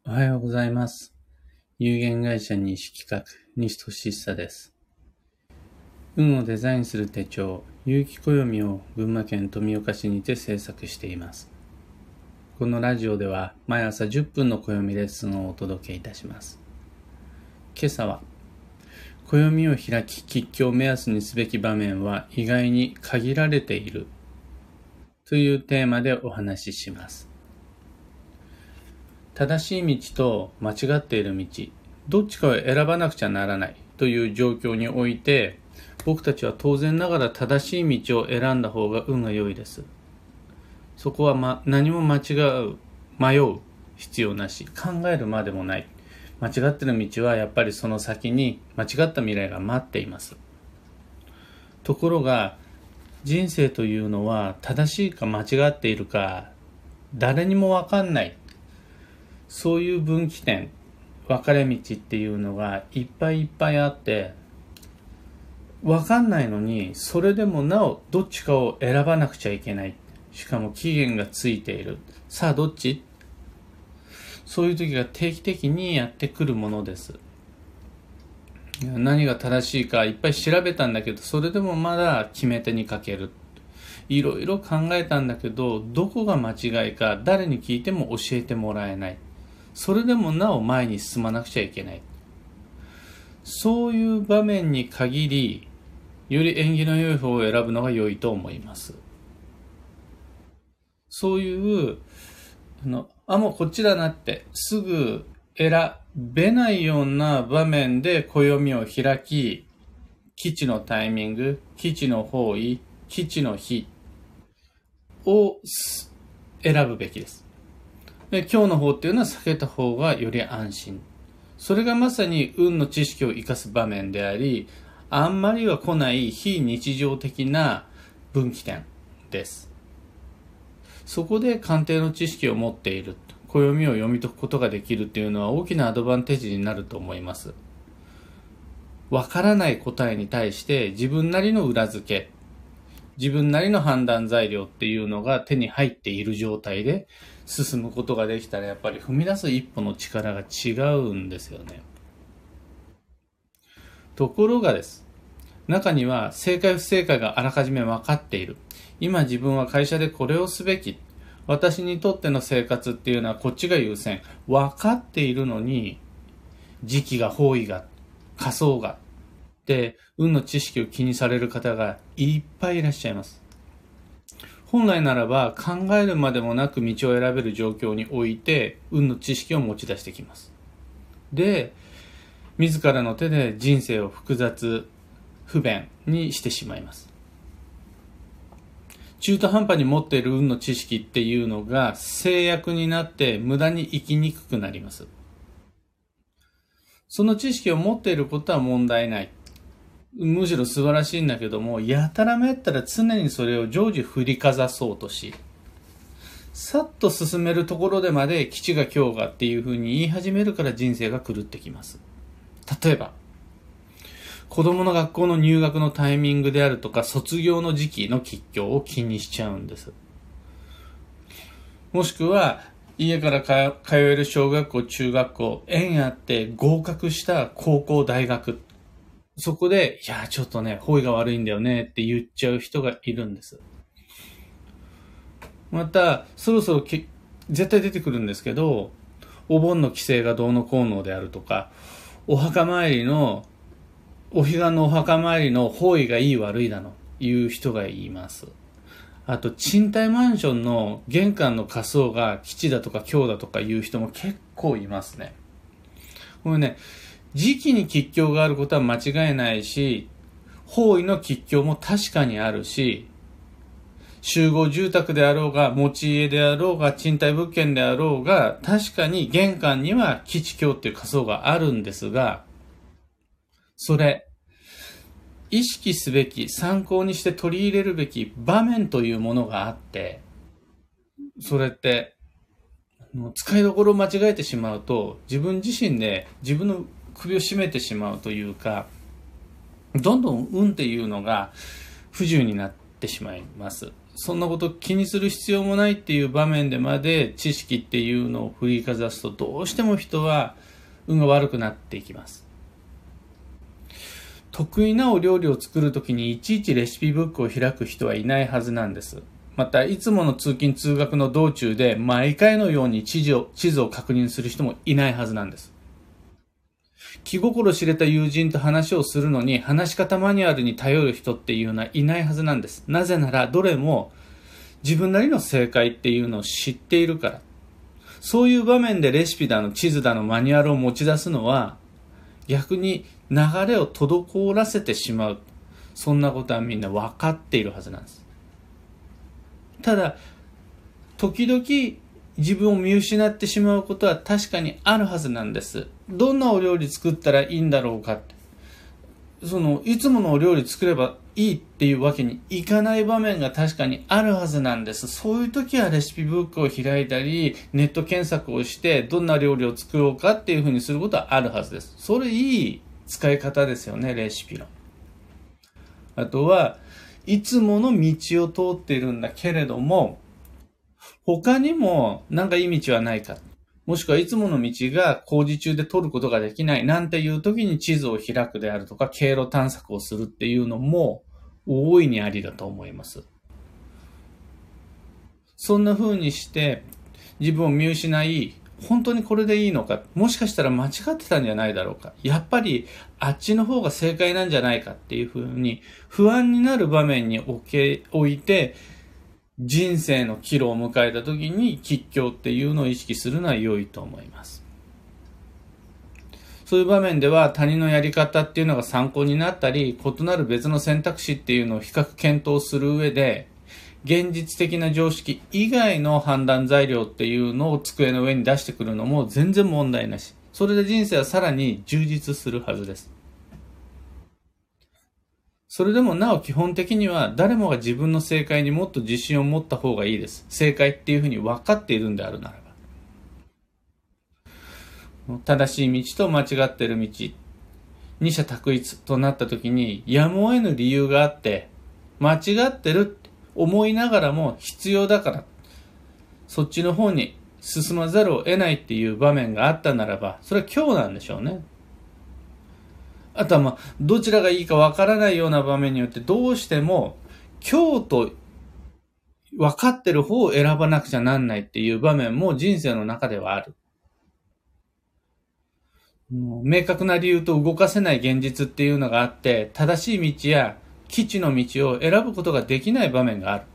おはようございます。有限会社西企画、西俊久です。運をデザインする手帳、有機暦を群馬県富岡市にて制作しています。このラジオでは毎朝10分の暦レッスンをお届けいたします。今朝は、暦を開き吉凶を目安にすべき場面は意外に限られているというテーマでお話しします。正しい道と間違っている道、どっちかを選ばなくちゃならないという状況において、僕たちは当然ながら正しい道を選んだ方が運が良いです。そこは、何も迷う必要なし、考えるまでもない。間違っている道はやっぱりその先に間違った未来が待っています。ところが、人生というのは正しいか間違っているか、誰にもわかんない。そういう分岐点、分かれ道っていうのがいっぱいいっぱいあって、分かんないのに、それでもなおどっちかを選ばなくちゃいけない。しかも期限がついている。さあどっち？そういう時が定期的にやってくるものです。何が正しいかいっぱい調べたんだけど、それでもまだ決め手に欠ける。いろいろ考えたんだけど、どこが間違いか誰に聞いても教えてもらえない。それでもなお前に進まなくちゃいけない。そういう場面に限り、より縁起の良い方を選ぶのが良いと思います。そういう、もうこっちだなってすぐ選べないような場面で暦を開き、吉のタイミング、吉の方位、吉の日を選ぶべきです。で、今日の方っていうのは避けた方がより安心。それがまさに運の知識を生かす場面であり、あんまりは来ない非日常的な分岐点です。そこで鑑定の知識を持っている、暦を読み解くことができるっていうのは大きなアドバンテージになると思います。わからない答えに対して自分なりの裏付け、自分なりの判断材料っていうのが手に入っている状態で進むことができたら、やっぱり踏み出す一歩の力が違うんですよね。ところがです。中には正解不正解があらかじめ分かっている。今自分は会社でこれをすべき。私にとっての生活っていうのはこっちが優先。分かっているのに、時期が方位が仮想がで運の知識を気にされる方がいっぱいいらっしゃいます。本来ならば考えるまでもなく道を選べる状況において運の知識を持ち出してきます。で、自らの手で人生を複雑、不便にしてしまいます。中途半端に持っている運の知識っていうのが制約になって無駄に生きにくくなります。その知識を持っていることは問題ない。むしろ素晴らしいんだけども、やたらめったら常にそれを常時振りかざそうとし、さっと進めるところでまで吉が凶がっていう風に言い始めるから人生が狂ってきます。例えば、子供の学校の入学のタイミングであるとか、卒業の時期の吉凶を気にしちゃうんです。もしくは、家から通える小学校、中学校、縁あって合格した高校、大学。そこで、いや、ちょっとね、方位が悪いんだよねって言っちゃう人がいるんです。また、そろそろ絶対出てくるんですけど、お盆の帰省がどうのこうのであるとか、お彼岸のお墓参りの方位がいい悪いだの、いう人がいます。あと、賃貸マンションの玄関の仮装が吉だとか凶だとかいう人も結構いますね。これね、時期に吉凶があることは間違いないし、方位の吉凶も確かにあるし、集合住宅であろうが、持ち家であろうが、賃貸物件であろうが、確かに玄関には吉凶っていう仮想があるんですが、それ、意識すべき、参考にして取り入れるべき場面というものがあって、それって、使いどころを間違えてしまうと、自分自身で自分の首を絞めてしまうというか、どんどん運っていうのが不自由になってしまいます。 そんなこと気にする必要もないっていう場面でまで知識っていうのを振りかざすと、どうしても人は運が悪くなっていきます。得意なお料理を作るときにいちいちレシピブックを開く人はいないはずなんです。また、いつもの通勤通学の道中で毎回のように地図を確認する人もいないはずなんです。気心知れた友人と話をするのに話し方マニュアルに頼る人っていうのはいないはずなんです。なぜならどれも自分なりの正解っていうのを知っているから。そういう場面でレシピだの地図だのマニュアルを持ち出すのは逆に流れを滞らせてしまう。そんなことはみんな分かっているはずなんです。ただ、時々自分を見失ってしまうことは確かにあるはずなんです。どんなお料理作ったらいいんだろうかって。いつものお料理作ればいいっていうわけにいかない場面が確かにあるはずなんです。そういう時はレシピブックを開いたり、ネット検索をして、どんな料理を作ろうかっていうふうにすることはあるはずです。それいい使い方ですよね、レシピの。あとは、いつもの道を通っているんだけれども、他にもなんかいい道はないか。もしくはいつもの道が工事中で取ることができないなんていう時に地図を開くであるとか経路探索をするっていうのも大いにありだと思います。そんな風にして自分を見失い、本当にこれでいいのか、もしかしたら間違ってたんじゃないだろうか、やっぱりあっちの方が正解なんじゃないかっていう風に不安になる場面に置いて、人生の岐路を迎えた時に吉凶っていうのを意識するのは良いと思います。そういう場面では他人のやり方っていうのが参考になったり、異なる別の選択肢っていうのを比較検討する上で、現実的な常識以外の判断材料っていうのを机の上に出してくるのも全然問題なし。それで人生はさらに充実するはずです。それでもなお基本的には誰もが自分の正解にもっと自信を持った方がいいです。正解っていうふうに分かっているんであるならば。正しい道と間違っている道、二者択一となった時にやむを得ぬ理由があって、間違ってるって思いながらも必要だから、そっちの方に進まざるを得ないっていう場面があったならば、それは今日なんでしょうね。あとはどちらがいいかわからないような場面によってどうしても今日と分かってる方を選ばなくちゃなんないっていう場面も人生の中ではある。明確な理由と動かせない現実っていうのがあって、正しい道や基地の道を選ぶことができない場面がある。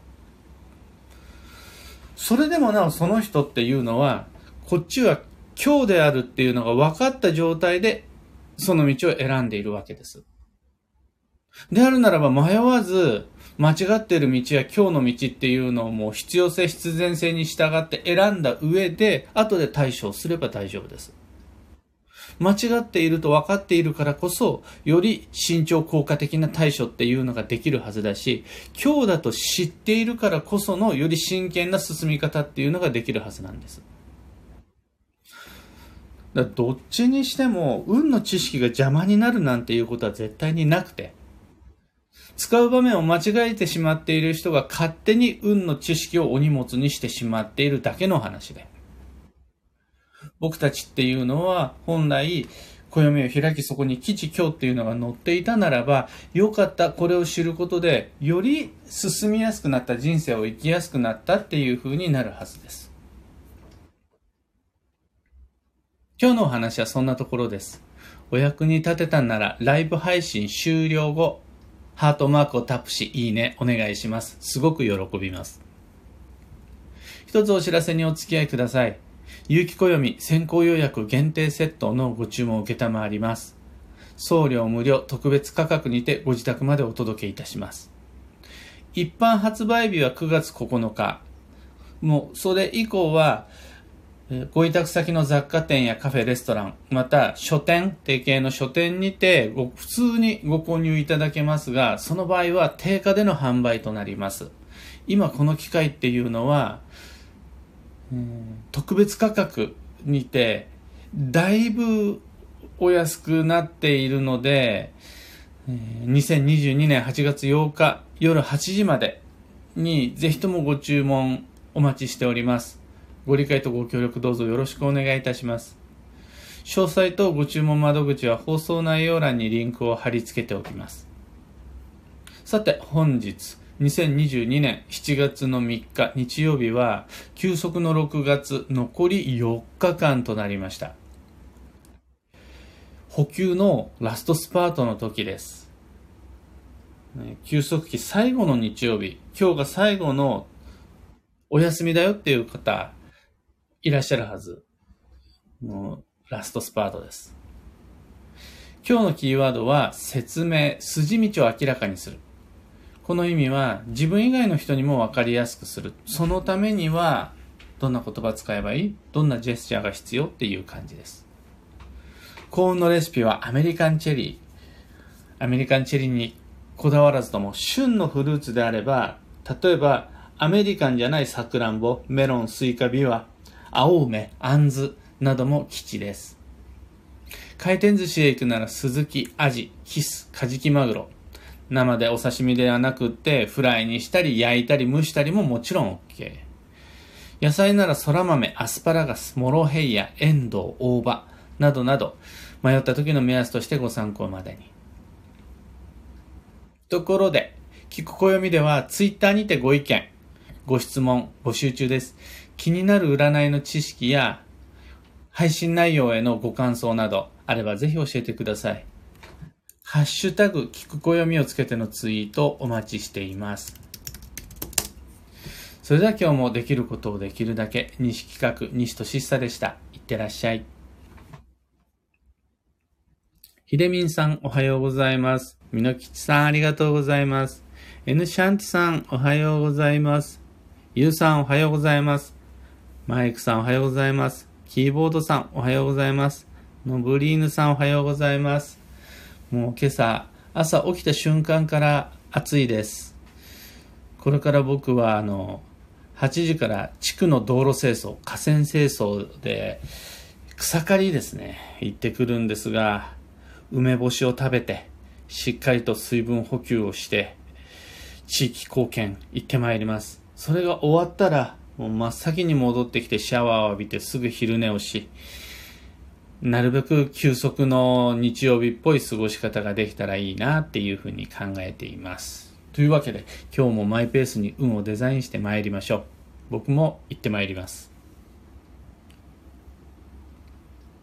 それでもなおその人っていうのは、こっちは今日であるっていうのが分かった状態でその道を選んでいるわけです。であるならば迷わず間違っている道や今日の道っていうのをもう必要性必然性に従って選んだ上で後で対処すれば大丈夫です。間違っていると分かっているからこそより慎重効果的な対処っていうのができるはずだし、今日だと知っているからこそのより真剣な進み方っていうのができるはずなんです。どっちにしても運の知識が邪魔になるなんていうことは絶対になくて、使う場面を間違えてしまっている人が勝手に運の知識をお荷物にしてしまっているだけの話で、僕たちっていうのは本来暦を開きそこに吉凶っていうのが載っていたならばよかった、これを知ることでより進みやすくなった、人生を生きやすくなったっていう風になるはずです。今日のお話はそんなところです。お役に立てたならライブ配信終了後ハートマークをタップしいいねお願いします。すごく喜びます。一つお知らせにお付き合いください。有機暦先行予約限定セットのご注文を受けたまわります。送料無料特別価格にてご自宅までお届けいたします。一般発売日は9月9日。もうそれ以降はご委託先の雑貨店やカフェ、レストラン、また書店、提携の書店にて普通にご購入いただけますが、その場合は定価での販売となります。今この機会っていうのは、特別価格にてだいぶお安くなっているので、2022年8月8日夜8時までにぜひともご注文お待ちしております。ご理解とご協力どうぞよろしくお願いいたします。詳細とご注文窓口は放送内容欄にリンクを貼り付けておきます。さて本日2022年7月の3日日曜日は休息の6月残り4日間となりました。補給のラストスパートの時です。休息期最後の日曜日、今日が最後のお休みだよっていう方いらっしゃるはず。もうラストスパートです。今日のキーワードは説明、筋道を明らかにする。この意味は自分以外の人にも分かりやすくする。そのためにはどんな言葉使えばいい？どんなジェスチャーが必要っていう感じです。幸運のレシピはアメリカンチェリー。アメリカンチェリーにこだわらずとも旬のフルーツであれば、例えばアメリカンじゃないサクランボ、メロン、スイカ、ビワ、青梅、あんずなども吉です。回転寿司へ行くならスズキ、アジ、キス、カジキマグロ。生でお刺身ではなくってフライにしたり焼いたり蒸したりももちろん OK。野菜ならそら豆、アスパラガス、モロヘイヤ、エンドウ、大葉などなど迷った時の目安としてご参考までに。ところで、聞く暦ではツイッターにてご意見、ご質問募集中です。気になる占いの知識や配信内容へのご感想などあればぜひ教えてください。ハッシュタグ聞く暦をつけてのツイートお待ちしています。それでは今日もできることをできるだけ、西企画西俊久でした。いってらっしゃい。ひでみんさんおはようございます。みのきちさんありがとうございます。N シャンティさんおはようございます。ゆうさんおはようございます。マイクさんおはようございます。キーボードさんおはようございます。のぶりーぬさんおはようございます。もう今朝起きた瞬間から暑いです。これから僕は8時から地区の道路清掃、河川清掃で草刈りですね、行ってくるんですが、梅干しを食べてしっかりと水分補給をして地域貢献行ってまいります。それが終わったらもう真っ先に戻ってきてシャワーを浴びてすぐ昼寝をし、なるべく休息の日曜日っぽい過ごし方ができたらいいなっていうふうに考えています。というわけで今日もマイペースに運をデザインしてまいりましょう。僕も行ってまいります。